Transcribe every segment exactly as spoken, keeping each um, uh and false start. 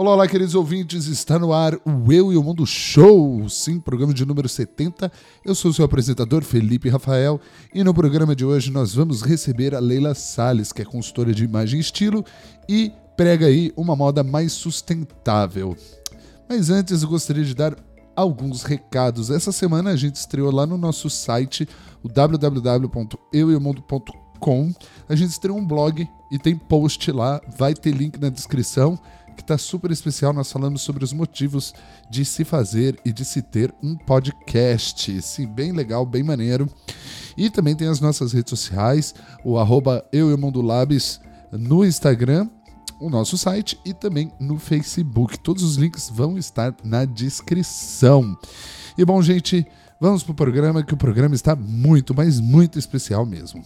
Olá, olá, queridos ouvintes, está no ar o Eu e o Mundo Show, sim, programa de número setenta. Eu sou o seu apresentador, Felipe Rafael, e no programa de hoje nós vamos receber a Leila Salles, que é consultora de imagem e estilo e prega aí uma moda mais sustentável. Mas antes eu gostaria de dar alguns recados. Essa semana a gente estreou lá no nosso site, o w w w ponto eu e o mundo ponto com. A gente estreou um blog e tem post lá, vai ter link na descrição, que tá super especial. Nós falamos sobre os motivos de se fazer e de se ter um podcast. Sim, bem legal, bem maneiro. E também tem as nossas redes sociais, o arroba Eu e o Mundo Labs no Instagram, o nosso site e também no Facebook. Todos os links vão estar na descrição. E bom, gente, vamos pro programa, que o programa está muito, mas muito especial mesmo.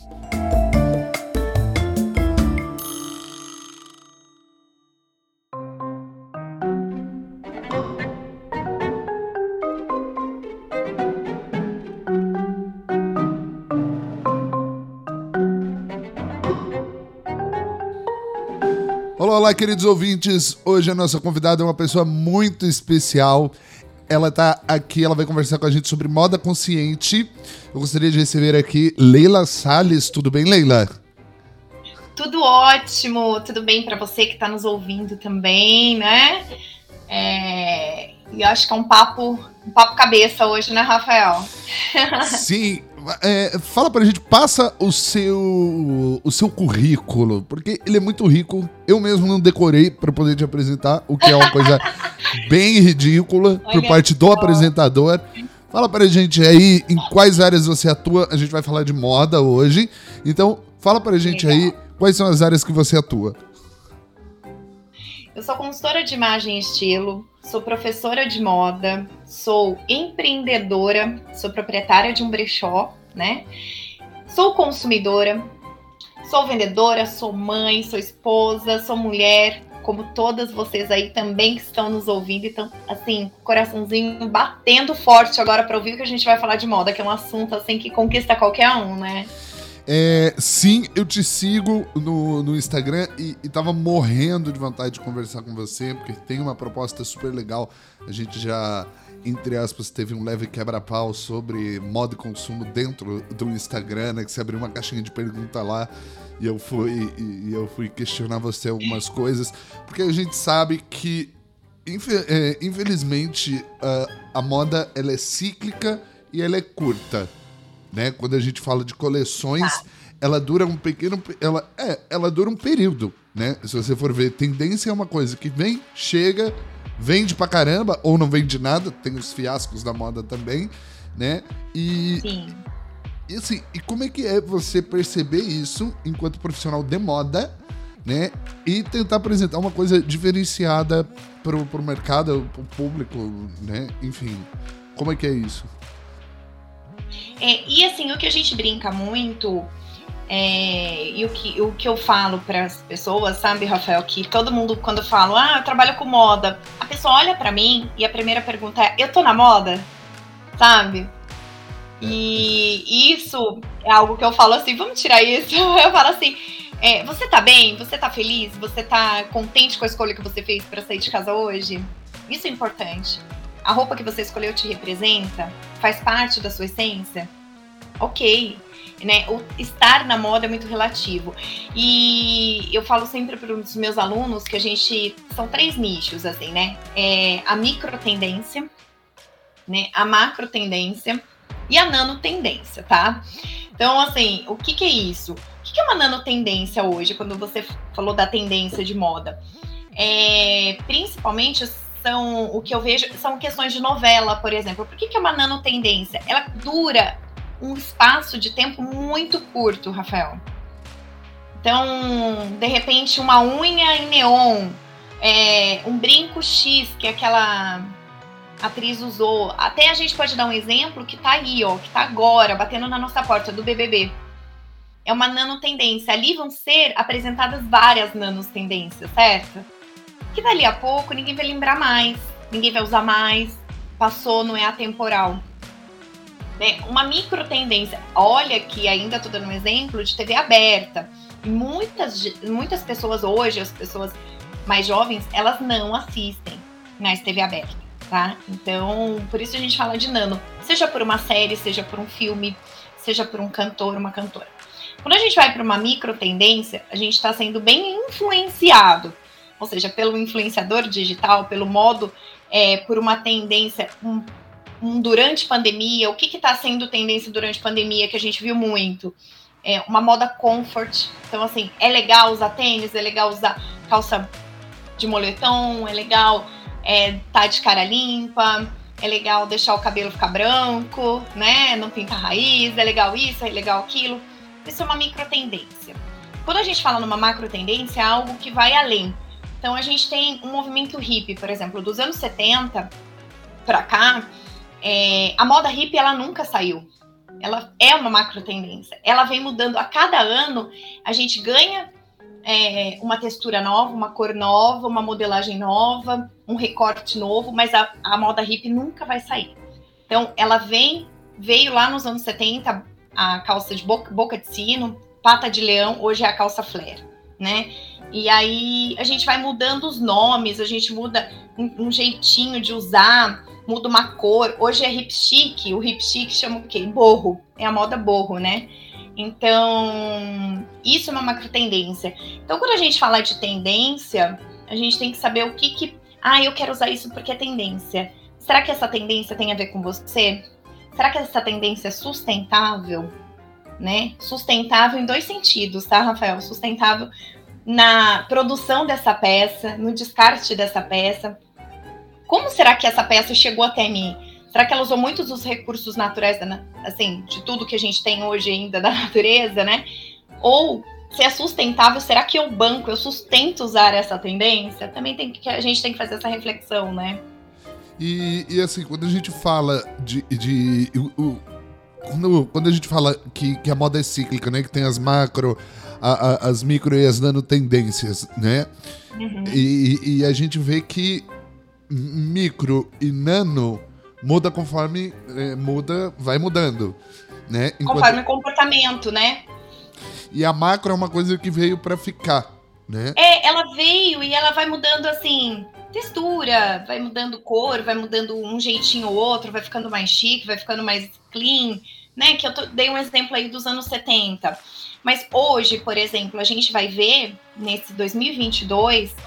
Olá, olá, queridos ouvintes. Hoje a nossa convidada é uma pessoa muito especial. Ela tá aqui, ela vai conversar com a gente sobre moda consciente. Eu gostaria de receber aqui Leila Salles. Tudo bem, Leila? Tudo ótimo. Tudo bem para você que está nos ouvindo também, né? É... E eu acho que é um papo, um papo cabeça hoje, né, Rafael? Sim. É, fala pra gente, passa o seu, o seu currículo, porque ele é muito rico. Eu mesmo não decorei pra poder te apresentar, o que é uma coisa bem ridícula por Olha parte do só. apresentador. Fala pra gente aí em quais áreas você atua. A gente vai falar de moda hoje. Então, fala pra gente Legal. aí quais são as áreas que você atua. Eu sou consultora de imagem e estilo, sou professora de moda, sou empreendedora, sou proprietária de um brechó, né? Sou consumidora, sou vendedora, sou mãe, sou esposa, sou mulher, como todas vocês aí também que estão nos ouvindo e estão, assim, coraçãozinho batendo forte agora para ouvir o que a gente vai falar de moda, que é um assunto, assim, que conquista qualquer um, né? É, sim, eu te sigo no, no Instagram e, e tava morrendo de vontade de conversar com você, porque tem uma proposta super legal. A gente já, entre aspas, teve um leve quebra-pau sobre moda e consumo dentro do Instagram, né? Que você abriu uma caixinha de pergunta lá e eu fui, e, e eu fui questionar você algumas coisas, porque a gente sabe que, infelizmente, a, a moda ela é cíclica e ela é curta. Né? Quando a gente fala de coleções, tá. ela dura um pequeno... Ela, é, ela dura um período, né? Se você for ver, tendência é uma coisa que vem, chega, vende pra caramba, ou não vende nada, tem os fiascos da moda também, né? E, Sim. E assim, e como é que é você perceber isso enquanto profissional de moda, né? E tentar apresentar uma coisa diferenciada pro, pro mercado, pro público, né? Enfim, como é que é isso? É, e assim, o que a gente brinca muito, é, e o que, o que eu falo para as pessoas, sabe, Rafael, que todo mundo, quando eu falo, ah, eu trabalho com moda, a pessoa olha para mim e a primeira pergunta é, eu tô na moda? Sabe? E isso é algo que eu falo assim, vamos tirar isso, eu falo assim, é, você tá bem? Você tá feliz? Você tá contente com a escolha que você fez para sair de casa hoje? Isso é importante. A roupa que você escolheu te representa? Faz parte da sua essência? Ok. Né? O estar na moda é muito relativo. E eu falo sempre para os meus alunos que a gente... São três nichos, assim, né? É a micro tendência, né? A macro tendência e a nano tendência, tá? Então, assim, o que, que é isso? O que, que é uma nano tendência hoje, quando você falou da tendência de moda? É, principalmente... São, o que eu vejo são questões de novela, por exemplo. Por que, que é uma nanotendência? Ela dura um espaço de tempo muito curto, Rafael. Então, de repente, uma unha em neon, é, um brinco X que aquela atriz usou. Até a gente pode dar um exemplo que tá aí, ó, que tá agora, batendo na nossa porta, do B B B. É uma nanotendência. Ali vão ser apresentadas várias nanotendências, certo? Que dali a pouco ninguém vai lembrar mais, ninguém vai usar mais, passou, não é atemporal. Né? Uma micro tendência, olha que ainda estou dando um exemplo de T V aberta. E muitas, muitas pessoas hoje, as pessoas mais jovens, elas não assistem mais T V aberta, tá? Então, por isso a gente fala de nano, seja por uma série, seja por um filme, seja por um cantor, uma cantora. Quando a gente vai para uma micro tendência, a gente está sendo bem influenciado, ou seja, pelo influenciador digital, pelo modo, é, por uma tendência, um, um durante pandemia. O que está sendo tendência durante pandemia, que a gente viu muito? É uma moda comfort. Então, assim, é legal usar tênis, é legal usar calça de moletom, é legal é, tá de cara limpa, é legal deixar o cabelo ficar branco, né? Não pintar raiz, é legal isso, é legal aquilo. Isso é uma micro tendência. Quando a gente fala numa macro tendência, é algo que vai além. Então, a gente tem um movimento hippie, por exemplo, dos anos setenta para cá, é, a moda hippie, ela nunca saiu. Ela é uma macro tendência. Ela vem mudando a cada ano, a gente ganha é, uma textura nova, uma cor nova, uma modelagem nova, um recorte novo, mas a, a moda hippie nunca vai sair. Então, ela vem, veio lá nos anos setenta, a calça de boca, boca de sino, pata de leão, hoje é a calça flare, né? E aí a gente vai mudando os nomes, a gente muda um, um jeitinho de usar, muda uma cor. Hoje é hip chic, o hip chic chama o quê? Borro, é a moda borro, né? Então, isso é uma macro tendência. Então, quando a gente fala de tendência, a gente tem que saber o que que... Ah, eu quero usar isso porque é tendência. Será que essa tendência tem a ver com você? Será que essa tendência é sustentável? Né? Sustentável em dois sentidos, tá, Rafael? Sustentável na produção dessa peça, no descarte dessa peça. Como será que essa peça chegou até mim? Será que ela usou muitos dos recursos naturais, da, assim, de tudo que a gente tem hoje ainda da natureza, né? Ou se é sustentável, será que eu banco, eu sustento usar essa tendência? Também tem que, a gente tem que fazer essa reflexão, né? E, e assim, quando a gente fala de... de o, o, quando, quando a gente fala que, que a moda é cíclica, né? Que tem as macro, a, a, as micro e as nano tendências, né? Uhum. E, e a gente vê que micro e nano muda conforme é, muda, vai mudando, né? Enquanto... Conforme o comportamento, né? E a macro é uma coisa que veio pra ficar, né? É, ela veio e ela vai mudando, assim, textura, vai mudando cor, vai mudando um jeitinho ou outro, vai ficando mais chique, vai ficando mais clean, né? Que eu tô, dei um exemplo aí dos anos setenta. Mas hoje, por exemplo, a gente vai ver, nesse dois mil e vinte e dois,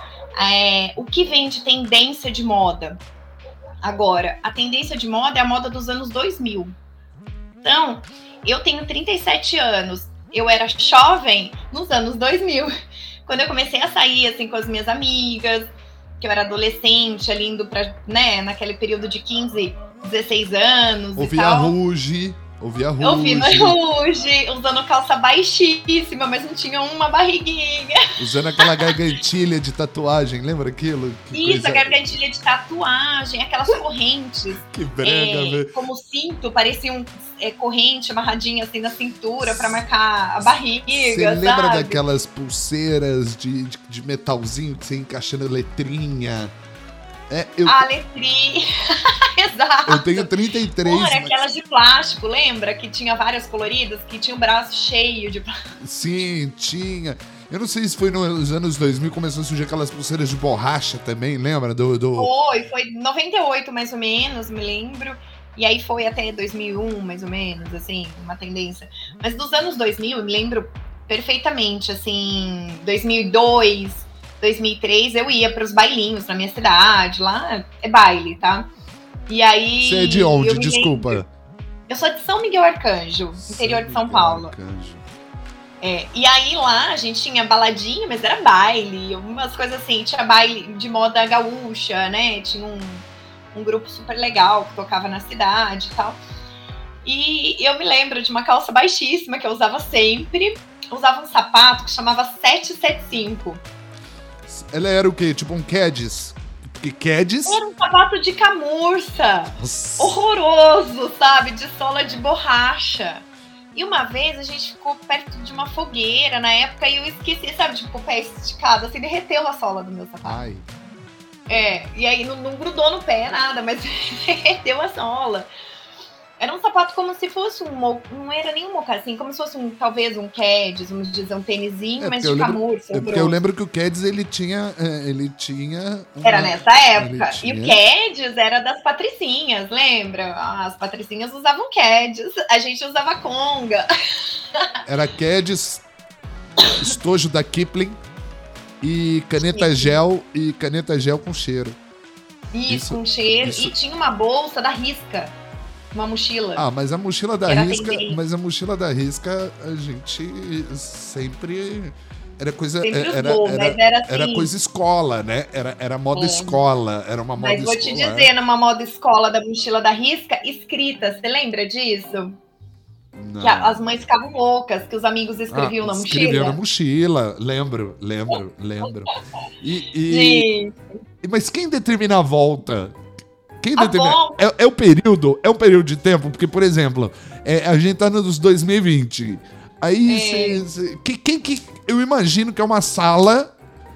é, o que vem de tendência de moda. Agora, a tendência de moda é a moda dos anos dois mil. Então, eu tenho trinta e sete anos. Eu era jovem nos anos dois mil. Quando eu comecei a sair, assim, com as minhas amigas, que eu era adolescente, ali indo pra, né, naquele período de quinze, dezesseis anos Ouvia e tal. Ruge, ouvia Ruge. Ouvindo Ruge, usando calça baixíssima, mas não tinha uma barriguinha. Usando aquela gargantilha de tatuagem, lembra aquilo? Que Isso, coisa... a gargantilha de tatuagem, aquelas correntes. Que brega, é, velho. Como cinto, parecia um é, corrente amarradinha assim na cintura pra marcar a barriga, Você lembra sabe? daquelas pulseiras de, de, de metalzinho que você ia encaixando letrinha? É, eu... A letrinha, exato. Eu tenho trinta e três. Pô, era mas... aquelas de plástico, lembra? Que tinha várias coloridas, que tinha o braço cheio de plástico. Sim, tinha. Eu não sei se foi nos anos dois mil, começou a surgir aquelas pulseiras de borracha também, lembra? Do, do... Foi, foi em noventa e oito mais ou menos, me lembro. E aí foi até dois mil e um, mais ou menos, assim, uma tendência. Mas dos anos dois mil, eu me lembro perfeitamente, assim, dois mil e dois, dois mil e três, eu ia para os bailinhos na minha cidade, lá é baile, tá? E aí... Você é de onde? Desculpa. Lembro, eu sou de São Miguel Arcanjo, São interior de São Miguel Paulo. Arcanjo. É, e aí lá a gente tinha baladinha, mas era baile, umas coisas assim, tinha baile de moda gaúcha, né? Tinha um, um grupo super legal que tocava na cidade e tal. E eu me lembro de uma calça baixíssima que eu usava sempre. Eu usava um sapato que chamava sete sete cinco. Ela era o quê? Tipo um Keds? Porque Keds... Era um sapato de camurça. Nossa. Horroroso, sabe? De sola de borracha. E uma vez a gente ficou perto de uma fogueira na época e eu esqueci, sabe? Tipo, o pé esticado, assim, derreteu a sola do meu sapato. Ai. É, e aí não, não grudou no pé nada, mas derreteu a sola. Era um sapato como se fosse um, não era nem um mocassim, como se fosse um, talvez um Keds, vamos dizer, um tênisinho, é mas de camurça. É porque eu lembro que o Keds, ele tinha, ele tinha... Uma, era nessa época. Tinha... E o Keds era das patricinhas, lembra? As patricinhas usavam Keds, a gente usava Conga. Era Keds, estojo da Kipling e caneta Sim. gel e caneta gel com cheiro. Isso, isso com cheiro. Isso. E tinha uma bolsa da Risca. Uma mochila. Ah, mas a mochila da Risca, mas a mochila da Risca, a gente sempre era coisa sempre era, usou, era, mas era, assim, era coisa escola, né? Era, era moda é. escola, era uma moda mas vou escolar. te dizer, numa moda escola da mochila da Risca, escrita, você lembra disso? Não. Que as mães ficavam loucas, que os amigos escreviam ah, na mochila. Escreviam na mochila, lembro, lembro, lembro. E, e, e, mas quem determina a volta? Quem determina? É, é o período, é um período de tempo, porque, por exemplo, é, a gente tá nos dois mil e vinte. Aí, é. cê, cê, que, quem que. Eu imagino que é uma sala,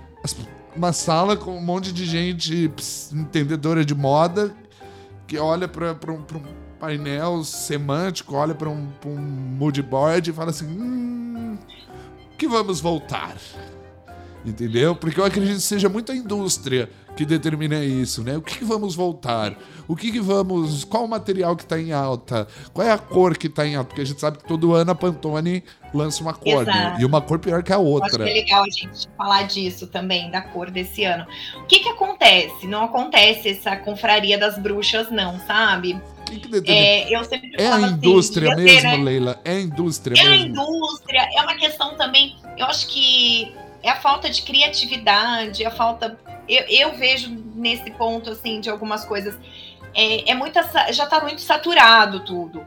uma sala com um monte de gente entendedora de moda, que olha para um, pra um painel semântico, olha para um, um mood board e fala assim: hum, que vamos voltar. Entendeu? Porque eu acredito que seja muito a indústria que determina isso, né? O que, que vamos voltar? O que, que vamos... Qual o material que está em alta? Qual é a cor que está em alta? Porque a gente sabe que todo ano a Pantone lança uma cor, né? E uma cor pior que a outra. Acho que é legal a gente falar disso também, da cor desse ano. O que que acontece? Não acontece essa confraria das bruxas, não, sabe? Que que é, eu sempre é a indústria assim, mesmo, ter, né? Leila? É a indústria é mesmo? É a indústria, é uma questão também... Eu acho que é a falta de criatividade, a falta... Eu, eu vejo nesse ponto, assim, de algumas coisas... É, é muita, já tá muito saturado tudo.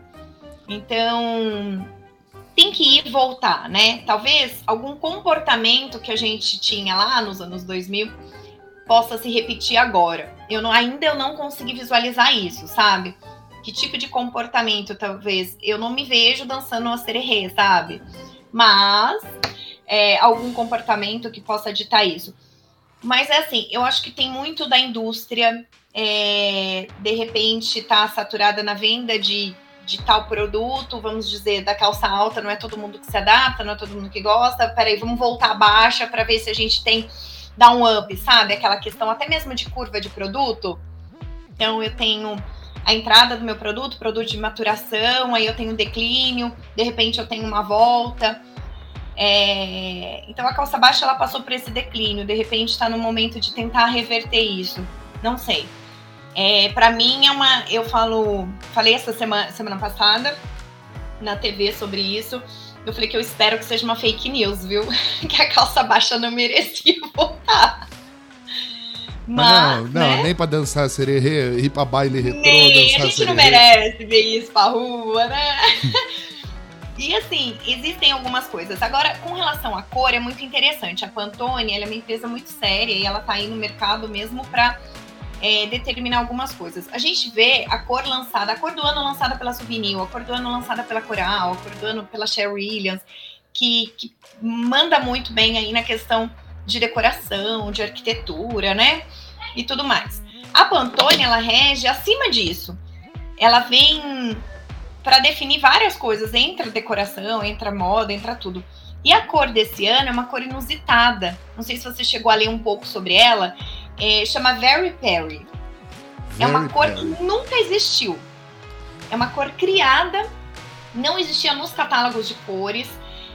Então, tem que ir voltar, né? Talvez algum comportamento que a gente tinha lá nos anos dois mil possa se repetir agora. Eu não, ainda eu não consegui visualizar isso, sabe? Que tipo de comportamento, talvez? Eu não me vejo dançando uma sererê, sabe? Mas é, algum comportamento que possa ditar isso. Mas é assim, eu acho que tem muito da indústria... É, de repente tá saturada na venda de, de tal produto, vamos dizer, da calça alta, não é todo mundo que se adapta, não é todo mundo que gosta, peraí, vamos voltar baixa para ver se a gente tem, dá um up, sabe? Aquela questão até mesmo de curva de produto. Então eu tenho a entrada do meu produto, produto de maturação, aí eu tenho um declínio, de repente eu tenho uma volta. É, então a calça baixa ela passou por esse declínio, de repente está no momento de tentar reverter isso, não sei. É, para mim é uma, eu falo, falei essa semana, semana passada na T V sobre isso, eu falei que eu espero que seja uma fake news, viu? Que a calça baixa não merecia voltar. Mas, não, não, né? Nem pra dançar sererê, ir pra baile retrô, nem, dançar a gente sererê. Não merece ver isso pra rua, né? E assim, existem algumas coisas. Agora, com relação à cor, é muito interessante. A Pantone, ela é uma empresa muito séria e ela tá aí no mercado mesmo pra É, determinar algumas coisas. A gente vê a cor lançada, a cor do ano lançada pela Souvenir, a cor do ano lançada pela Coral, a cor do ano pela Sher Williams, que, que manda muito bem aí na questão de decoração, de arquitetura, né? E tudo mais. A Pantone, ela rege acima disso. Ela vem para definir várias coisas, entra decoração, entra moda, entra tudo. E a cor desse ano é uma cor inusitada. Não sei se você chegou a ler um pouco sobre ela. É, chama Very Perry. Very é uma cor Perry. que nunca existiu. É uma cor criada, não existia nos catálogos de cores.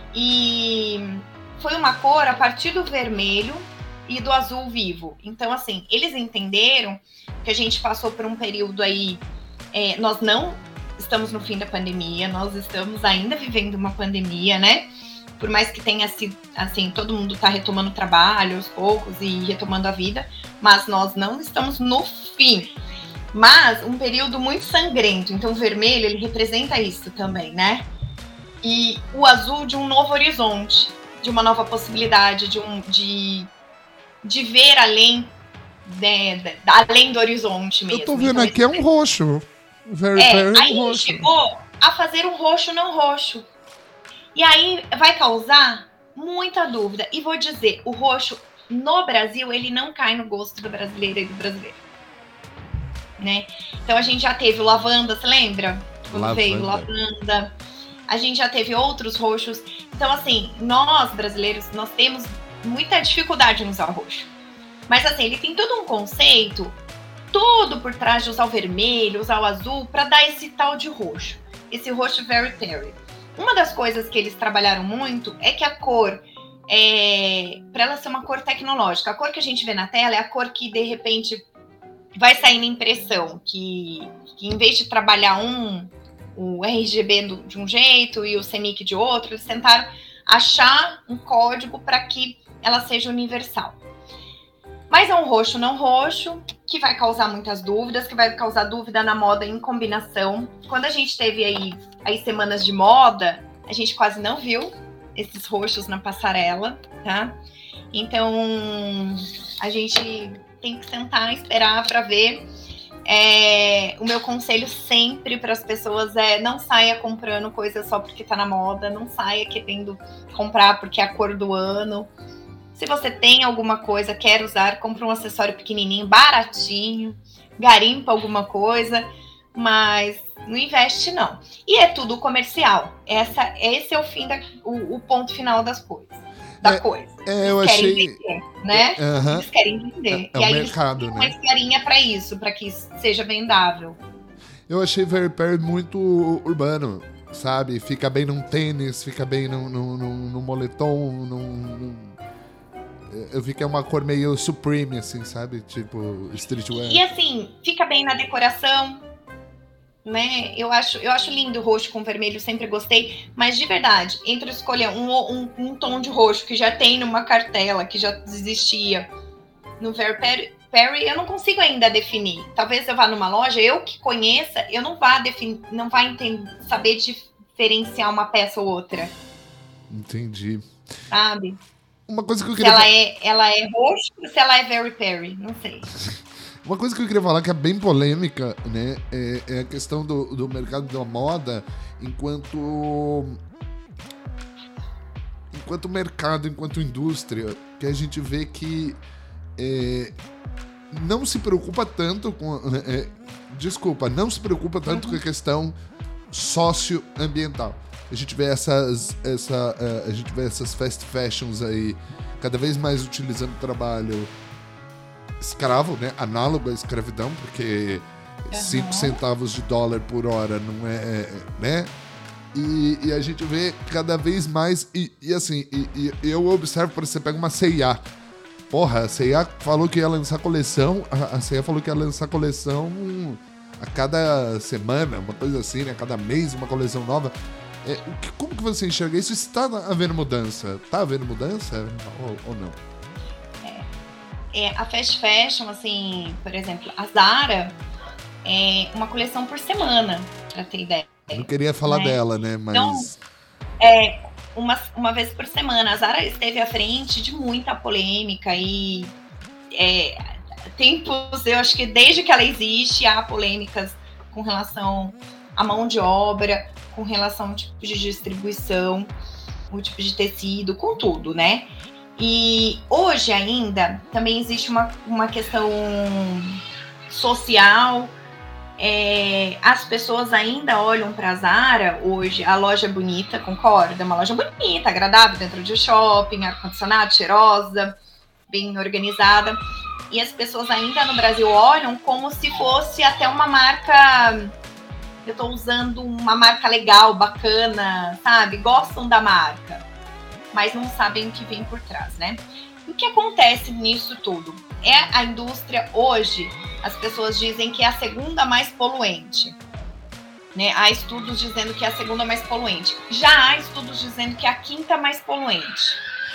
E foi uma cor a partir do vermelho e do azul vivo. Então, assim, eles entenderam que a gente passou por um período aí... É, nós não estamos no fim da pandemia, nós estamos ainda vivendo uma pandemia, né? Por mais que tenha sido, assim, todo mundo está retomando o trabalho aos poucos e retomando a vida, mas nós não estamos no fim. Mas um período muito sangrento, então o vermelho, ele representa isso também, né? E o azul de um novo horizonte, de uma nova possibilidade, de, um, de, de ver além, de, de, além do horizonte mesmo. Eu tô vendo então, aqui, é um roxo. Very, é, very aí roxo. chegou a fazer um roxo não roxo. E aí vai causar muita dúvida. E vou dizer, o roxo no Brasil, ele não cai no gosto do brasileiro e do brasileiro. Né? Então a gente já teve o lavanda, você lembra? quando lavanda. veio lavanda. A gente já teve outros roxos. Então, assim, nós brasileiros, nós temos muita dificuldade em usar o roxo. Mas, assim, ele tem todo um conceito, todo por trás de usar o vermelho, usar o azul, para dar esse tal de roxo. Esse roxo Very Perry. Uma das coisas que eles trabalharam muito é que a cor, é, para ela ser uma cor tecnológica, a cor que a gente vê na tela é a cor que, de repente, vai sair na impressão, que, que em vez de trabalhar um, o R G B do, de um jeito e o C M Y C de outro, eles tentaram achar um código para que ela seja universal. Mas é um roxo não roxo, que vai causar muitas dúvidas, que vai causar dúvida na moda em combinação. Quando a gente teve aí as semanas de moda, a gente quase não viu esses roxos na passarela, tá? Então, a gente tem que sentar e esperar para ver. É, o meu conselho sempre para as pessoas é não saia comprando coisa só porque tá na moda, não saia querendo comprar porque é a cor do ano. Se você tem alguma coisa, quer usar, compra um acessório pequenininho, baratinho, garimpa alguma coisa, mas não investe não. E é tudo comercial. Essa, esse é o fim da, o, o ponto final das coisas. Da é, coisa. É, eu eles achei... querem vender, né? Uhum. Eles querem vender. É, é e aí mercado, eles têm né? uma historinha para isso, para que isso seja vendável. Eu achei Very Perry muito urbano, sabe? Fica bem num tênis, fica bem num, num, num, num moletom, num, num... Eu vi que é uma cor meio Supreme, assim, sabe? Tipo, streetwear. E assim, fica bem na decoração, né? Eu acho, eu acho lindo o roxo com vermelho, sempre gostei. Mas de verdade, entre escolher um, um, um tom de roxo que já tem numa cartela, que já existia no Very Perry, Perry, eu não consigo ainda definir. Talvez eu vá numa loja, eu que conheça, eu não vá definir, não vá entender, saber diferenciar uma peça ou outra. Entendi. Sabe? Uma coisa que eu se queria... ela é, ela é roxo ou se ela é Very Perry, não sei. Uma coisa que eu queria falar que é bem polêmica, né, é, é a questão do, do mercado da moda enquanto enquanto mercado, enquanto indústria, que a gente vê que é, não se preocupa tanto com... É, desculpa, não se preocupa tanto uhum. com a questão socioambiental. A gente vê essas, essa, uh, a gente vê essas fast fashions aí cada vez mais utilizando trabalho escravo, né? Análogo à escravidão, porque cinco uhum. centavos de dólar por hora não é, né? E, e a gente vê cada vez mais, e, e assim, e, e eu observo, por exemplo, você pega uma C e A. Porra, a C e A falou que ia lançar coleção, a, a C e A falou que ia lançar coleção a cada semana, uma coisa assim, né? A cada mês uma coleção nova. É, como que você enxerga isso? Está havendo mudança? Está havendo mudança ou, ou não? É, é, a fast fashion, assim, por exemplo, a Zara é uma coleção por semana, para ter ideia. Eu não queria falar né? dela, né? Mas... Então, é, uma, uma vez por semana. A Zara esteve à frente de muita polêmica e é, tempos, eu acho que desde que ela existe, há polêmicas com relação à mão de obra, com relação ao tipo de distribuição, o tipo de tecido, com tudo, né? E hoje ainda também existe uma, uma questão social. É, as pessoas ainda olham para a Zara hoje, a loja é bonita, concorda? É uma loja bonita, agradável, dentro de shopping, ar-condicionado, cheirosa, bem organizada. E as pessoas ainda no Brasil olham como se fosse até uma marca... Eu tô usando uma marca legal, bacana, sabe? Gostam da marca, mas não sabem o que vem por trás, né? O que acontece nisso tudo? É a indústria hoje, as pessoas dizem que é a segunda mais poluente, né? Há estudos dizendo que é a segunda mais poluente. Já há estudos dizendo que é a quinta mais poluente.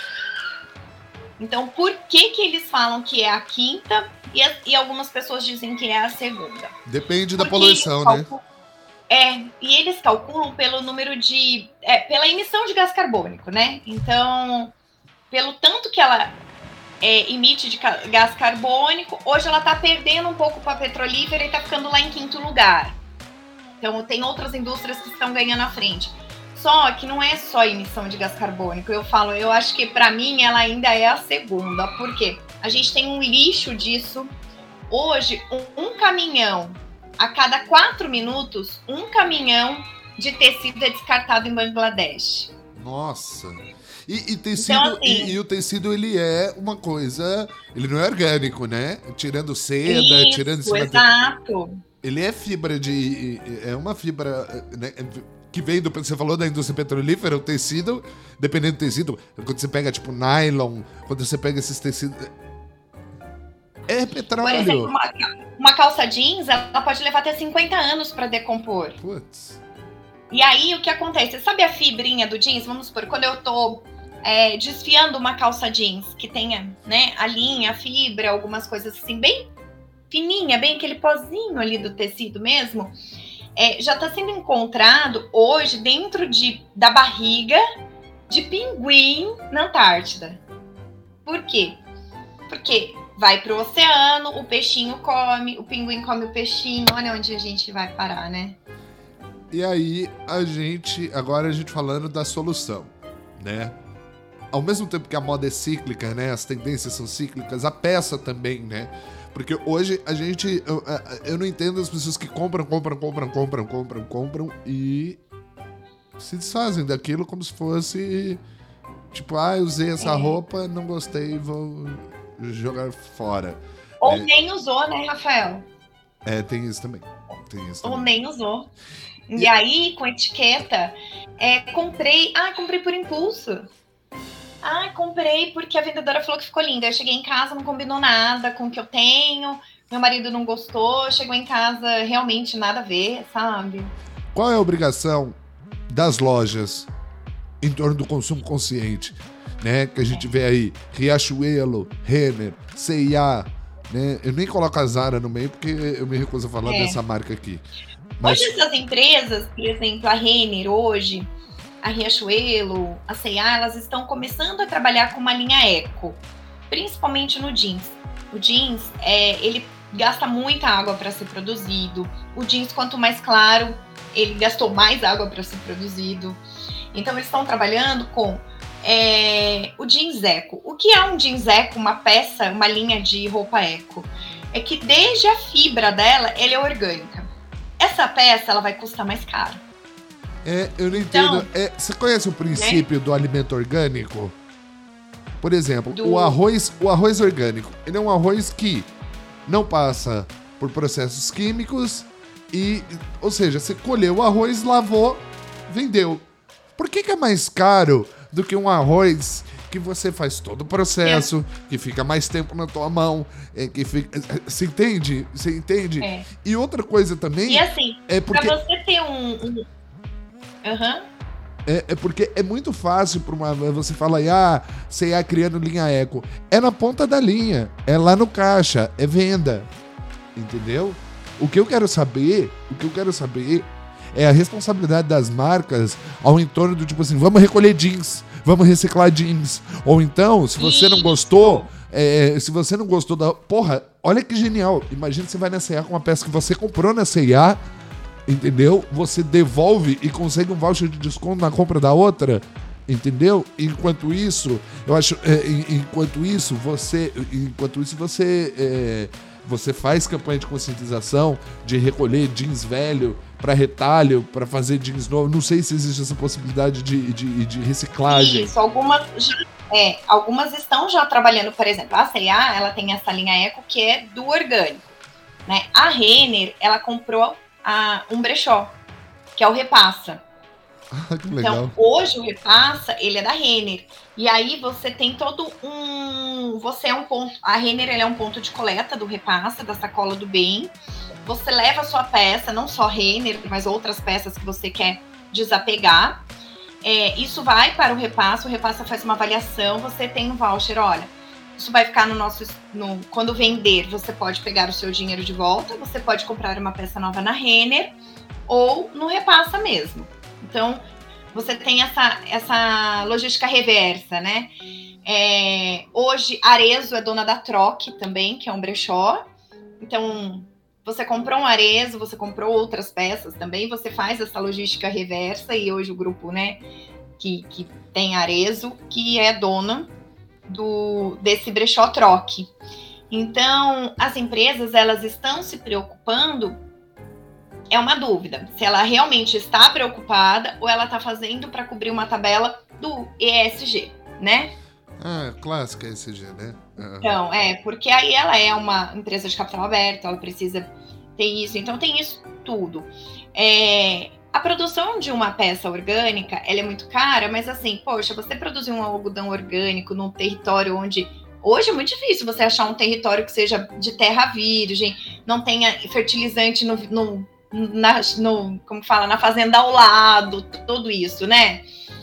Então, por que que eles falam que é a quinta e, a, e algumas pessoas dizem que é a segunda? Depende da poluição, né? É, e eles calculam pelo número de... É, pela emissão de gás carbônico, né? Então, pelo tanto que ela é, emite de ca- gás carbônico, hoje ela tá perdendo um pouco para a petrolífera e tá ficando lá em quinto lugar. Então, tem outras indústrias que estão ganhando à frente. Só que não é só emissão de gás carbônico. Eu falo, eu acho que para mim ela ainda é a segunda. Por quê? A gente tem um lixo disso. Hoje, um, um caminhão a cada quatro minutos, um caminhão de tecido é descartado em Bangladesh. Nossa! E, e, tecido, então, assim, e, e o tecido, ele é uma coisa... Ele não é orgânico, né? Tirando seda, isso, tirando... Cima exato. Do, ele é fibra de... É uma fibra... Né, que vem do... Você falou da indústria petrolífera, o tecido... Dependendo do tecido... Quando você pega, tipo, nylon... Quando você pega esses tecidos... É petróleo. Por exemplo, uma, uma calça jeans, ela pode levar até cinquenta anos para decompor. Putz. E aí, o que acontece? Sabe a fibrinha do jeans? Vamos supor, quando eu tô é, desfiando uma calça jeans, que tenha, né, a linha, a fibra, algumas coisas assim, bem fininha, bem aquele pozinho ali do tecido mesmo, é, já está sendo encontrado hoje dentro de, da barriga de pinguim na Antártida. Por quê? Porque vai pro oceano, o peixinho come, o pinguim come o peixinho. Olha onde a gente vai parar, né? E aí, a gente... Agora a gente falando da solução, né? Ao mesmo tempo que a moda é cíclica, né? As tendências são cíclicas, a peça também, né? Porque hoje a gente... Eu, eu não entendo as pessoas que compram, compram, compram, compram, compram, compram e se desfazem daquilo como se fosse... Tipo, ah, eu usei essa é. roupa, não gostei, vou... jogar fora. Ou é, nem usou, né, Rafael? É, tem isso também. Tem isso Ou também. nem usou. E, e aí, com etiqueta, é, comprei... Ah, comprei por impulso. Ah, comprei porque a vendedora falou que ficou linda. Eu cheguei em casa, não combinou nada com o que eu tenho. Meu marido não gostou. Chegou em casa, realmente nada a ver, sabe? Qual é a obrigação das lojas em torno do consumo consciente? Né, que a gente vê aí, Riachuelo, Renner, C e A, né? Eu nem coloco a Zara no meio porque eu me recuso a falar é. dessa marca aqui. Mas... Hoje essas empresas, por exemplo, a Renner hoje, a Riachuelo, a C e A, elas estão começando a trabalhar com uma linha eco, principalmente no jeans. O jeans, é, ele gasta muita água para ser produzido. O jeans, quanto mais claro, ele gastou mais água para ser produzido. Então, eles estão trabalhando com É, o jeans eco. O que é um jeans eco? Uma peça, uma linha de roupa eco? É que desde a fibra dela, ela é orgânica. Essa peça, ela vai custar mais caro. É, eu não entendo. Então, é, você conhece o princípio né? do alimento orgânico? Por exemplo, do... o arroz, o arroz orgânico. Ele é um arroz que não passa por processos químicos e, ou seja, você colheu o arroz, lavou, vendeu. Por que que é mais caro do que um arroz que você faz todo o processo, é. que fica mais tempo na tua mão, é, que fica... Você entende? Você entende? É. E outra coisa também... E assim, é porque... pra você ter um... um... Uhum. É, é porque é muito fácil para uma... Você fala aí, ah, C e A criando linha eco. É na ponta da linha, é lá no caixa, é venda. Entendeu? O que eu quero saber, o que eu quero saber... é a responsabilidade das marcas ao entorno do tipo assim, vamos recolher jeans, vamos reciclar jeans. Ou então, se você não gostou, é, se você não gostou da... Porra, olha que genial. Imagina que você vai na C e A com uma peça que você comprou na C e A, entendeu? Você devolve e consegue um voucher de desconto na compra da outra, entendeu? Enquanto isso, eu acho... É, enquanto isso, você... Enquanto isso, você... É, você faz campanha de conscientização, de recolher jeans velho para retalho, para fazer jeans novo. Não sei se existe essa possibilidade de, de, de reciclagem. Isso, algumas, já, é, algumas estão já trabalhando, por exemplo, a C e A, ela tem essa linha eco que é do orgânico, né? A Renner, ela comprou a, um brechó, que é o Repassa. Ah, que legal. Então, hoje o Repassa, ele é da Renner. E aí você tem todo um... Você é um ponto... A Renner, ele é um ponto de coleta do Repassa, da sacola do bem. Você leva a sua peça, não só Renner, mas outras peças que você quer desapegar. É, isso vai para o Repassa, o Repassa faz uma avaliação, você tem um voucher, olha, isso vai ficar no nosso... No, quando vender, você pode pegar o seu dinheiro de volta, você pode comprar uma peça nova na Renner ou no Repassa mesmo. Então, você tem essa, essa logística reversa, né? É, hoje, Arezzo é dona da Troc também, que é um brechó. Então, você comprou um Arezzo, você comprou outras peças também, você faz essa logística reversa. E hoje o grupo, né, que, que tem Arezzo, que é dona do, desse brechó Troc. Então, as empresas, elas estão se preocupando é uma dúvida se ela realmente está preocupada ou ela está fazendo para cobrir uma tabela do E S G, né? Ah, clássica E S G, né? Uhum. Então, é, porque aí ela é uma empresa de capital aberto, ela precisa ter isso, então tem isso tudo. É, a produção de uma peça orgânica, ela é muito cara, mas assim, poxa, você produzir um algodão orgânico num território onde... Hoje é muito difícil você achar um território que seja de terra virgem, não tenha fertilizante no... no, na, no como fala, na fazenda ao lado, tudo isso, né?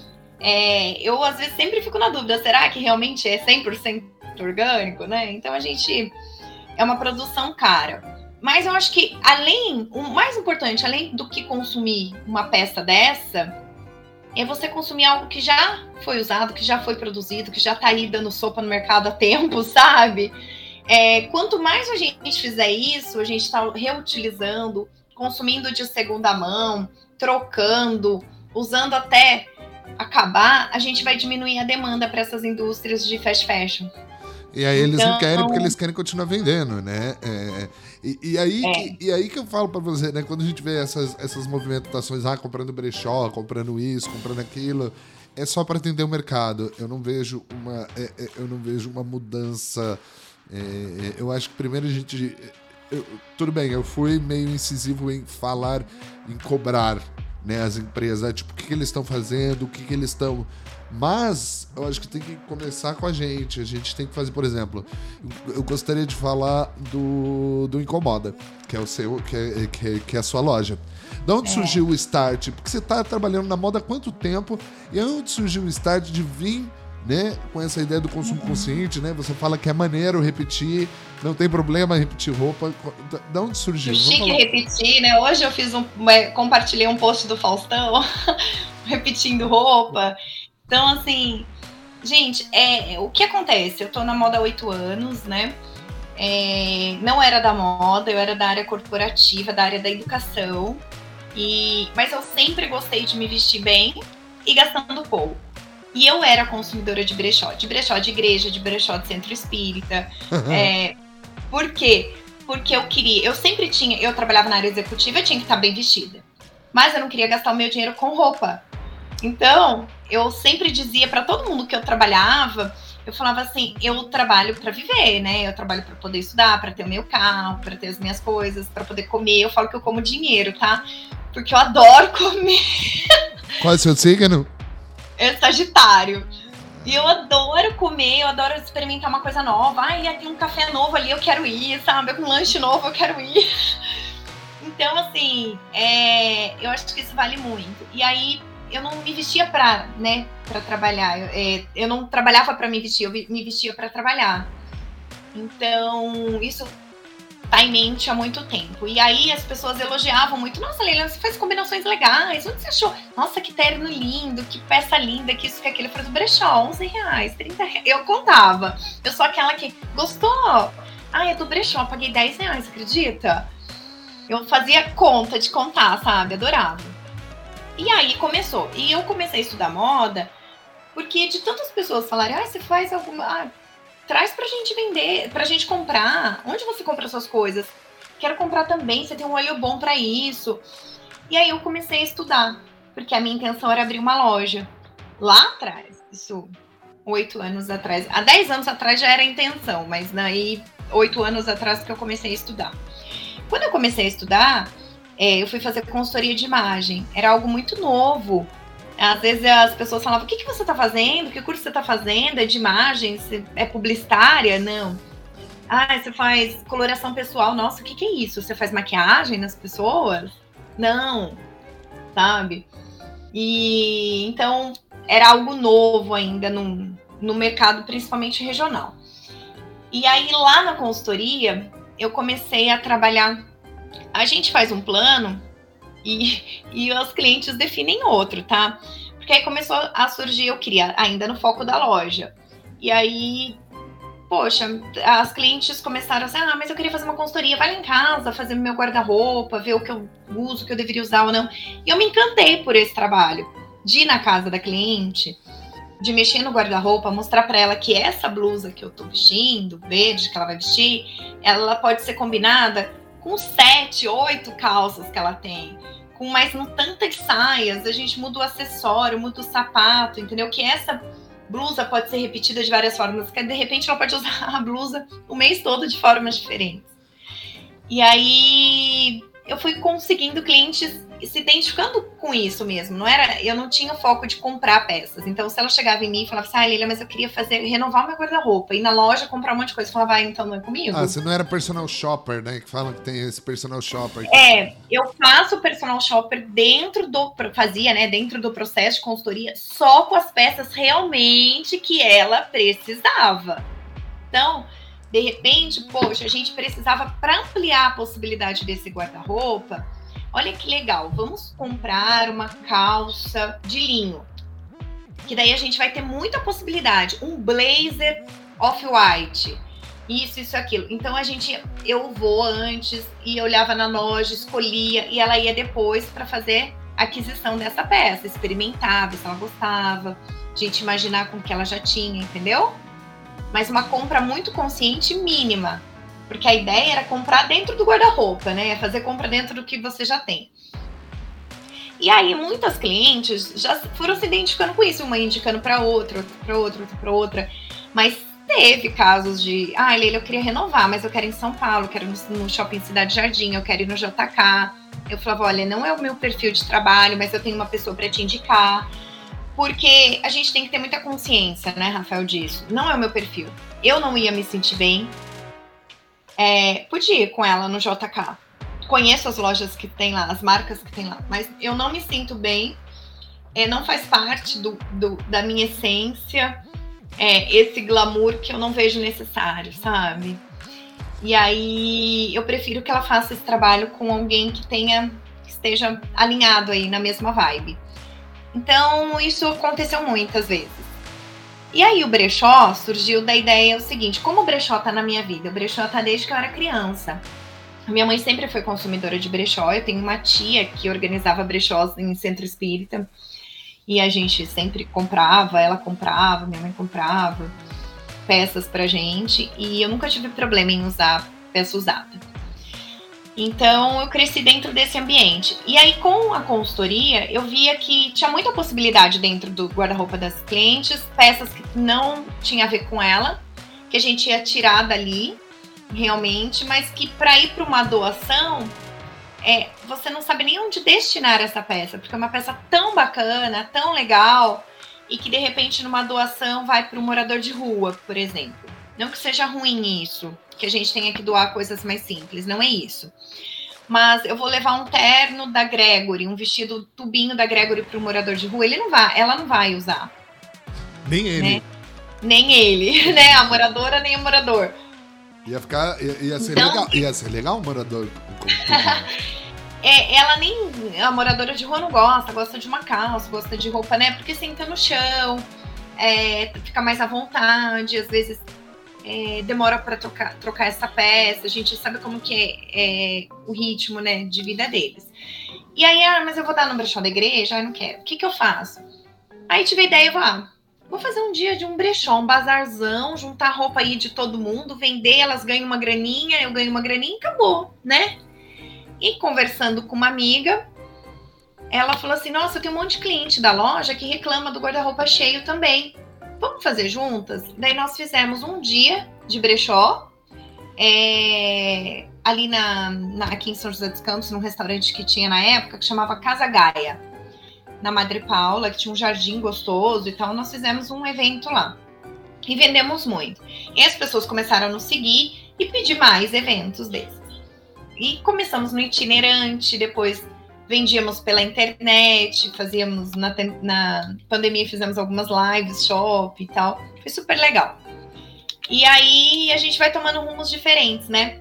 É, eu, às vezes, sempre fico na dúvida, será que realmente é cem por cento orgânico, né? Então, a gente... É uma produção cara. Mas eu acho que, além... O mais importante, além do que consumir uma peça dessa, é você consumir algo que já foi usado, que já foi produzido, que já tá aí dando sopa no mercado há tempo, sabe? É, quanto mais a gente fizer isso, a gente tá reutilizando, consumindo de segunda mão, trocando, usando até... acabar, a gente vai diminuir a demanda para essas indústrias de fast fashion. E aí eles então... não querem, porque eles querem continuar vendendo, né? É, e, e, aí, é. e, e aí que eu falo para você, né? Quando a gente vê essas, essas movimentações, ah, comprando brechó, comprando isso, comprando aquilo, é só para atender o mercado. Eu não vejo uma, é, é, eu não vejo uma mudança. É, eu acho que primeiro a gente... Eu, tudo bem, eu fui meio incisivo em falar, em cobrar, né, as empresas, tipo, o que, que eles estão fazendo, o que, que eles estão... Mas eu acho que tem que começar com a gente. A gente tem que fazer, por exemplo, eu gostaria de falar do, do Incomoda, que é o seu, que é, que é, que é a sua loja. De onde é. surgiu o start? Porque você está trabalhando na moda há quanto tempo? E onde surgiu o start de vir, né, com essa ideia do consumo uhum. consciente, né? Você fala que é maneiro repetir, não tem problema repetir roupa. De onde surgiu? Chique repetir, né? Hoje eu fiz um, compartilhei um post do Faustão repetindo roupa. Então, assim, gente, é, o que acontece? Eu tô na moda há oito anos, né? É, não era da moda, eu era da área corporativa, da área da educação. E, mas eu sempre gostei de me vestir bem e gastando pouco. E eu era consumidora de brechó, de brechó de igreja, de brechó de centro espírita. Uhum. É, por quê? Porque eu queria, eu sempre tinha, eu trabalhava na área executiva, eu tinha que estar bem vestida. Mas eu não queria gastar o meu dinheiro com roupa. Então, eu sempre dizia para todo mundo que eu trabalhava, eu falava assim, eu trabalho para viver, né? Eu trabalho para poder estudar, para ter o meu carro, para ter as minhas coisas, para poder comer. Eu falo que eu como dinheiro, tá? Porque eu adoro comer. Qual é o seu signo? É Sagitário. E eu adoro comer, eu adoro experimentar uma coisa nova. Ai, tem um café novo ali, eu quero ir, sabe? Um lanche novo, eu quero ir. Então, assim, é, eu acho que isso vale muito. E aí, eu não me vestia pra, né, pra trabalhar. Eu, é, eu não trabalhava pra me vestir, eu me vestia pra trabalhar. Então, isso tá em mente há muito tempo. E aí, as pessoas elogiavam muito. Nossa, Leila, você faz combinações legais. Onde você achou? Nossa, que terno lindo, que peça linda, que isso, que aquilo. Eu falei, do brechó, onze reais, trinta reais. Eu contava. Eu sou aquela que gostou. Ah, é do brechó, paguei dez reais, acredita? Eu fazia conta de contar, sabe? Adorava. E aí começou. E eu comecei a estudar moda porque de tantas pessoas falarem, ah, você faz alguma... Ah, traz pra gente vender, pra gente comprar. Onde você compra suas coisas? Quero comprar também, você tem um olho bom pra isso. E aí eu comecei a estudar, porque a minha intenção era abrir uma loja. Lá atrás, isso, oito anos atrás. Há dez anos atrás já era a intenção, mas daí, oito anos atrás que eu comecei a estudar. Quando eu comecei a estudar, é, eu fui fazer consultoria de imagem. Era algo muito novo. Às vezes as pessoas falavam, o que, que você está fazendo? Que curso você está fazendo? É de imagem? Você é publicitária? Não. Ah, você faz coloração pessoal. Nossa, o que, que é isso? Você faz maquiagem nas pessoas? Não. Sabe? E então era algo novo ainda no, no mercado, principalmente regional. E aí lá na consultoria, eu comecei a trabalhar. A gente faz um plano e, e os clientes definem outro, tá? Porque aí começou a surgir, eu queria ainda no foco da loja. E aí, poxa, as clientes começaram assim, ah, mas eu queria fazer uma consultoria, vai lá em casa, fazer meu guarda-roupa, ver o que eu uso, o que eu deveria usar ou não. E eu me encantei por esse trabalho, de ir na casa da cliente, de mexer no guarda-roupa, mostrar para ela que essa blusa que eu tô vestindo, verde, que ela vai vestir, ela pode ser combinada com sete, oito calças que ela tem, com mais não tantas saias, a gente muda o acessório, muda o sapato, entendeu? Que essa blusa pode ser repetida de várias formas, que de repente ela pode usar a blusa o mês todo de formas diferentes. E aí eu fui conseguindo clientes se identificando com isso mesmo. Não era, eu não tinha foco de comprar peças. Então, se ela chegava em mim e falava assim, ah, Lília, mas eu queria fazer, renovar o meu guarda-roupa, ir na loja comprar um monte de coisa. Eu falava, ah, então não é comigo. Ah, você não era personal shopper, né? Que falam que tem esse personal shopper. É, eu faço personal shopper dentro do, fazia, né, dentro do processo de consultoria, só com as peças realmente que ela precisava. Então, de repente, poxa, a gente precisava, para ampliar a possibilidade desse guarda-roupa, olha que legal, vamos comprar uma calça de linho, que daí a gente vai ter muita possibilidade, um blazer off-white, isso, isso, aquilo. Então a gente, eu vou antes e olhava na loja, escolhia, e ela ia depois para fazer a aquisição dessa peça, experimentava, se ela gostava, a gente imaginar com o que ela já tinha, entendeu? Mas uma compra muito consciente, mínima. Porque a ideia era comprar dentro do guarda-roupa, né? Fazer compra dentro do que você já tem. E aí, muitas clientes já foram se identificando com isso. Uma indicando para outra, outra para outra, outra para outra. Mas teve casos de... Ah, Leila, eu queria renovar, mas eu quero em São Paulo, eu quero no, no Shopping Cidade Jardim, eu quero ir no J K. Eu falava, olha, não é o meu perfil de trabalho, mas eu tenho uma pessoa para te indicar. Porque a gente tem que ter muita consciência, né, Rafael, disso. Não é o meu perfil. Eu não ia me sentir bem. É, podia ir com ela no J K. Conheço as lojas que tem lá, as marcas que tem lá. Mas eu não me sinto bem. É, não faz parte do, do, da minha essência. É, esse glamour que eu não vejo necessário, sabe? E aí eu prefiro que ela faça esse trabalho com alguém que tenha, que esteja alinhado aí na mesma vibe. Então, isso aconteceu muitas vezes. E aí, o brechó surgiu da ideia o seguinte, como o brechó tá na minha vida? O brechó tá desde que eu era criança. A minha mãe sempre foi consumidora de brechó. Eu tenho uma tia que organizava brechós em centro espírita. E a gente sempre comprava, ela comprava, minha mãe comprava peças pra gente. E eu nunca tive problema em usar peça usada. Então, eu cresci dentro desse ambiente. E aí, com a consultoria, eu via que tinha muita possibilidade dentro do guarda-roupa das clientes, peças que não tinha a ver com ela, que a gente ia tirar dali, realmente, mas que para ir para uma doação, é, você não sabe nem onde destinar essa peça, porque é uma peça tão bacana, tão legal, e que, de repente, numa doação vai para um morador de rua, por exemplo. Não que seja ruim isso, que a gente tenha que doar coisas mais simples, não é isso. Mas eu vou levar um terno da Gregory, um vestido tubinho da Gregory para o morador de rua, ele não vai, ela não vai usar. Nem ele. Né? Nem ele, né? A moradora nem o morador. Ia ficar, ia, ia ser então, legal, ia ser legal o morador. é, ela nem, a moradora de rua não gosta, gosta de uma calça, gosta de roupa, né? Porque senta no chão, é, fica mais à vontade, às vezes é, demora para trocar, trocar essa peça, a gente sabe como que é, é o ritmo, né, de vida deles. E aí, ah, mas eu vou dar no brechó da igreja, eu não quero. O que que eu faço? Aí tive a ideia, eu vou, ah, vou fazer um dia de um brechó, um bazarzão, juntar roupa aí de todo mundo, vender, elas ganham uma graninha, eu ganho uma graninha e acabou, né? E conversando com uma amiga, ela falou assim, nossa, eu tenho um monte de cliente da loja que reclama do guarda-roupa cheio também. Vamos fazer juntas? Daí nós fizemos um dia de brechó, é, ali na, na, aqui em São José dos Campos, num restaurante que tinha na época, que chamava Casa Gaia, na Madre Paula, que tinha um jardim gostoso e tal. Nós fizemos um evento lá e vendemos muito. E as pessoas começaram a nos seguir e pedir mais eventos desses. E começamos no itinerante, depois vendíamos pela internet, fazíamos na, na pandemia, fizemos algumas lives, shop e tal. Foi super legal. E aí a gente vai tomando rumos diferentes, né?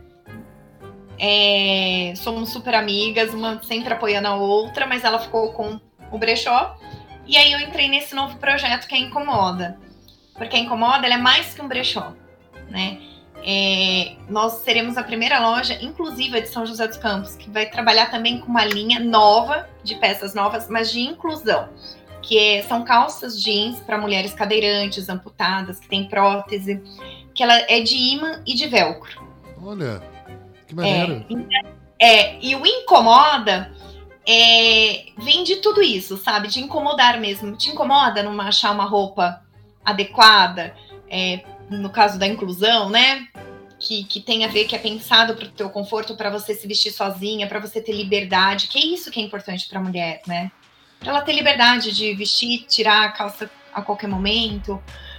É, somos super amigas, uma sempre apoiando a outra, mas ela ficou com o brechó. E aí eu entrei nesse novo projeto que é a Incomoda. Porque a Incomoda, ela é mais que um brechó, né? É, nós seremos a primeira loja inclusiva de São José dos Campos, que vai trabalhar também com uma linha nova, de peças novas, mas de inclusão, que é, são calças jeans para mulheres cadeirantes, amputadas, que têm prótese, que ela é de imã e de velcro. Olha, Que maneiro. É, é, e o incomoda é, vem de tudo isso, sabe? De incomodar mesmo. Te incomoda não achar uma roupa adequada, é, no caso da inclusão, né? Que, que tem a ver, que é pensado para o teu conforto, para você se vestir sozinha, para você ter liberdade, que é isso que é importante para a mulher, né? Para ela ter liberdade de vestir, tirar a calça a qualquer momento.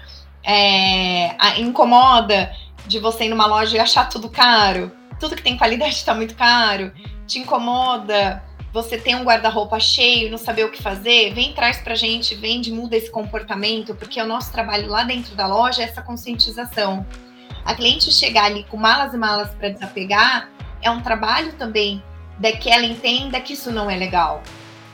É, a, incomoda de você ir numa loja e achar tudo caro, tudo que tem qualidade está muito caro. Te incomoda você ter um guarda-roupa cheio, não saber o que fazer. Vem, traz pra gente, vende, muda esse comportamento, porque o nosso trabalho lá dentro da loja é essa conscientização. A cliente chegar ali com malas e malas para desapegar é um trabalho também de que ela entenda que isso não é legal,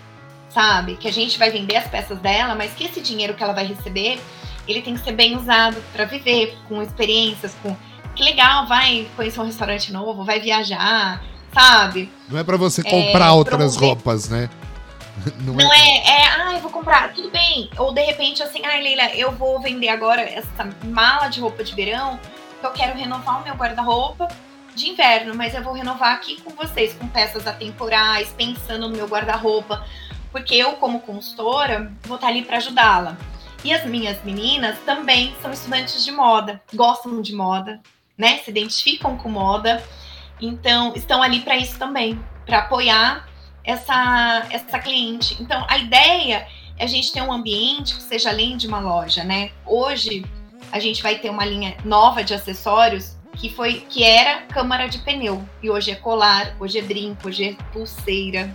sabe? Que a gente vai vender as peças dela, mas que esse dinheiro que ela vai receber, ele tem que ser bem usado para viver, com experiências, com que legal, vai conhecer um restaurante novo, vai viajar, sabe? Não é para você comprar é, outras promover... roupas, né? Não, não é, é, é, ah, eu vou comprar, tudo bem. Ou de repente assim, ai, Leila, eu vou vender agora essa mala de roupa de verão, eu quero renovar o meu guarda-roupa de inverno, mas eu vou renovar aqui com vocês, com peças atemporais, pensando no meu guarda-roupa, porque eu, como consultora, vou estar ali para ajudá-la. E as minhas meninas também são estudantes de moda, gostam de moda, né? Se identificam com moda, então estão ali para isso também, para apoiar essa, essa cliente. Então, a ideia é a gente ter um ambiente que seja além de uma loja, né? Hoje, a gente vai ter uma linha nova de acessórios que, foi, que era câmara de pneu. E hoje é colar, hoje é brinco, hoje é pulseira.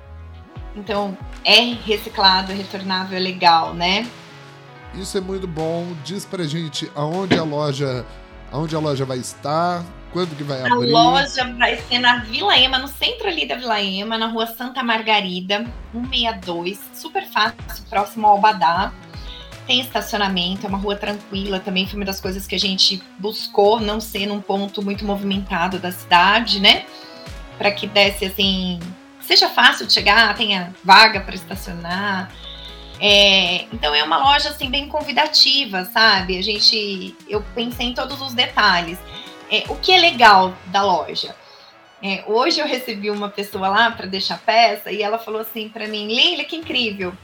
Então, é reciclado, é retornável, é legal, né? Isso é muito bom. Diz pra gente aonde a loja, aonde a loja vai estar, quando que vai a abrir. A loja vai ser na Vila Ema, no centro ali da Vila Ema, na rua Santa Margarida, cento e sessenta e dois, super fácil, próximo ao Abadá. Tem estacionamento, é uma rua tranquila, também foi uma das coisas que a gente buscou, não ser num ponto muito movimentado da cidade, né? Para que desse, assim, seja fácil de chegar, tenha vaga para estacionar. É, então é uma loja, assim, bem convidativa, sabe? A gente, eu pensei em todos os detalhes. É, o que é legal da loja? É, hoje eu recebi uma pessoa lá para deixar peça e ela falou assim para mim, Leila, que incrível!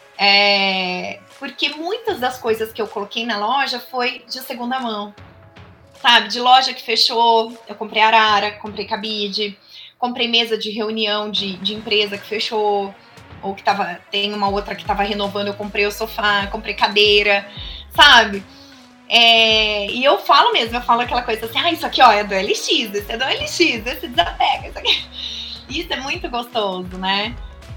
É, porque muitas das coisas que eu coloquei na loja foi de segunda mão, sabe? De loja que fechou, eu comprei arara, comprei cabide, comprei mesa de reunião de, de empresa que fechou, ou que tava, tem uma outra que estava renovando, eu comprei o sofá, comprei cadeira, sabe? É, e eu falo mesmo, eu falo aquela coisa assim, ah, isso aqui ó, é do L X, esse é do L X, esse desapega, isso aqui. Isso é muito gostoso, né?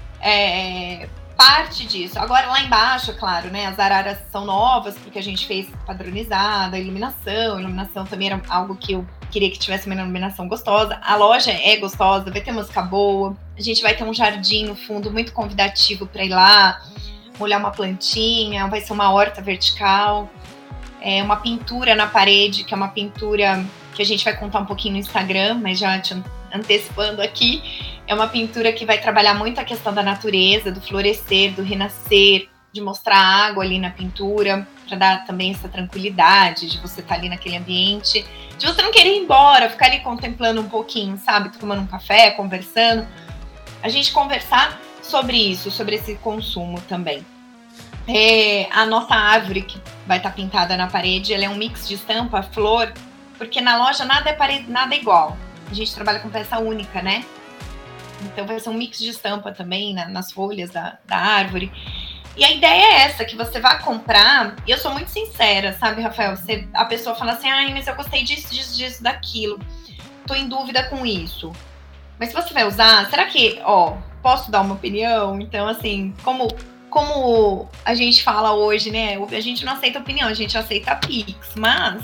É, parte disso. Agora lá embaixo, claro, né, as araras são novas, porque a gente fez padronizada, iluminação, iluminação também era algo que eu queria que tivesse uma iluminação gostosa. A loja é gostosa, vai ter música boa, a gente vai ter um jardim no fundo muito convidativo para ir lá, molhar uma plantinha, vai ser uma horta vertical, é uma pintura na parede, que é uma pintura que a gente vai contar um pouquinho no Instagram, mas já te antecipando aqui, é uma pintura que vai trabalhar muito a questão da natureza, do florescer, do renascer, de mostrar a água ali na pintura, para dar também essa tranquilidade de você estar ali naquele ambiente, de você não querer ir embora, ficar ali contemplando um pouquinho, sabe? Tomando um café, conversando. A gente conversar sobre isso, sobre esse consumo também. É, a nossa árvore que vai estar pintada na parede, ela é um mix de estampa, flor, porque na loja nada é, parede, nada é igual. A gente trabalha com peça única, né? Então vai ser um mix de estampa também na, nas folhas da, da árvore. E a ideia é essa, que você vai comprar, e eu sou muito sincera, sabe, Rafael? Você, a pessoa fala assim, ai, mas eu gostei disso, disso, disso, daquilo. Tô em dúvida com isso. Mas se você vai usar, será que, ó, posso dar uma opinião? Então, assim, como, como a gente fala hoje, né? A gente não aceita opinião, a gente aceita Pix, mas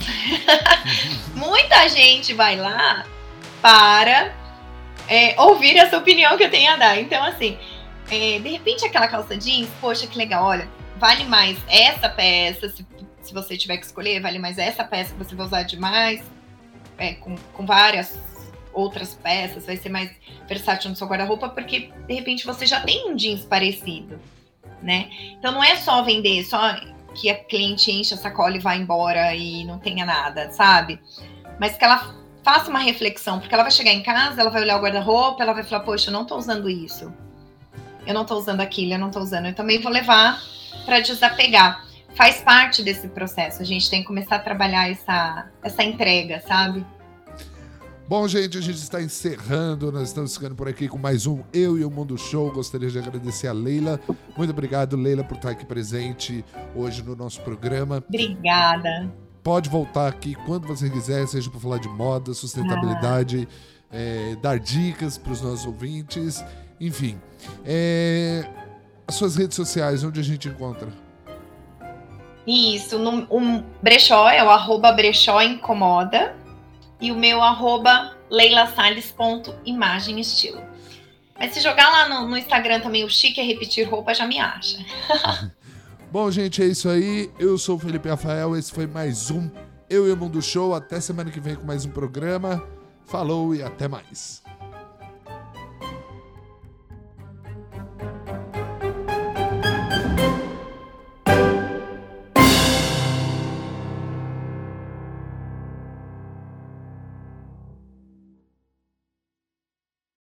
muita gente vai lá para é, ouvir essa opinião que eu tenho a dar. Então, assim, é, de repente aquela calça jeans, poxa, que legal, olha, vale mais essa peça, se, se você tiver que escolher, vale mais essa peça que você vai usar demais, é, com, com várias outras peças, vai ser mais versátil no seu guarda-roupa, porque de repente você já tem um jeans parecido, né? Então não é só vender, só que a cliente enche a sacola e vai embora e não tenha nada, sabe? Mas que ela faça uma reflexão, porque ela vai chegar em casa, ela vai olhar o guarda-roupa, ela vai falar, poxa, eu não tô usando isso, eu não tô usando aquilo, eu não tô usando, eu também vou levar para desapegar. Faz parte desse processo, a gente tem que começar a trabalhar essa, essa entrega, sabe? Bom, gente, a gente está encerrando, nós estamos ficando por aqui com mais um Eu e o Mundo Show. Gostaria de agradecer a Leila. Muito obrigado, Leila, por estar aqui presente hoje no nosso programa. Obrigada. Pode voltar aqui quando você quiser, seja para falar de moda, sustentabilidade, ah. é, dar dicas para os nossos ouvintes, enfim. É, as suas redes sociais, onde a gente encontra? Isso, no, um brechó é o arroba brechó incomoda. E o meu arroba leilasales.imagem estilo. Mas se jogar lá no, no Instagram também o Chique é Repetir Roupa, já me acha. Bom, gente, é isso aí. Eu sou o Felipe Rafael, esse foi mais um Eu e o Mundo Show. Até semana que vem com mais um programa. Falou e até mais.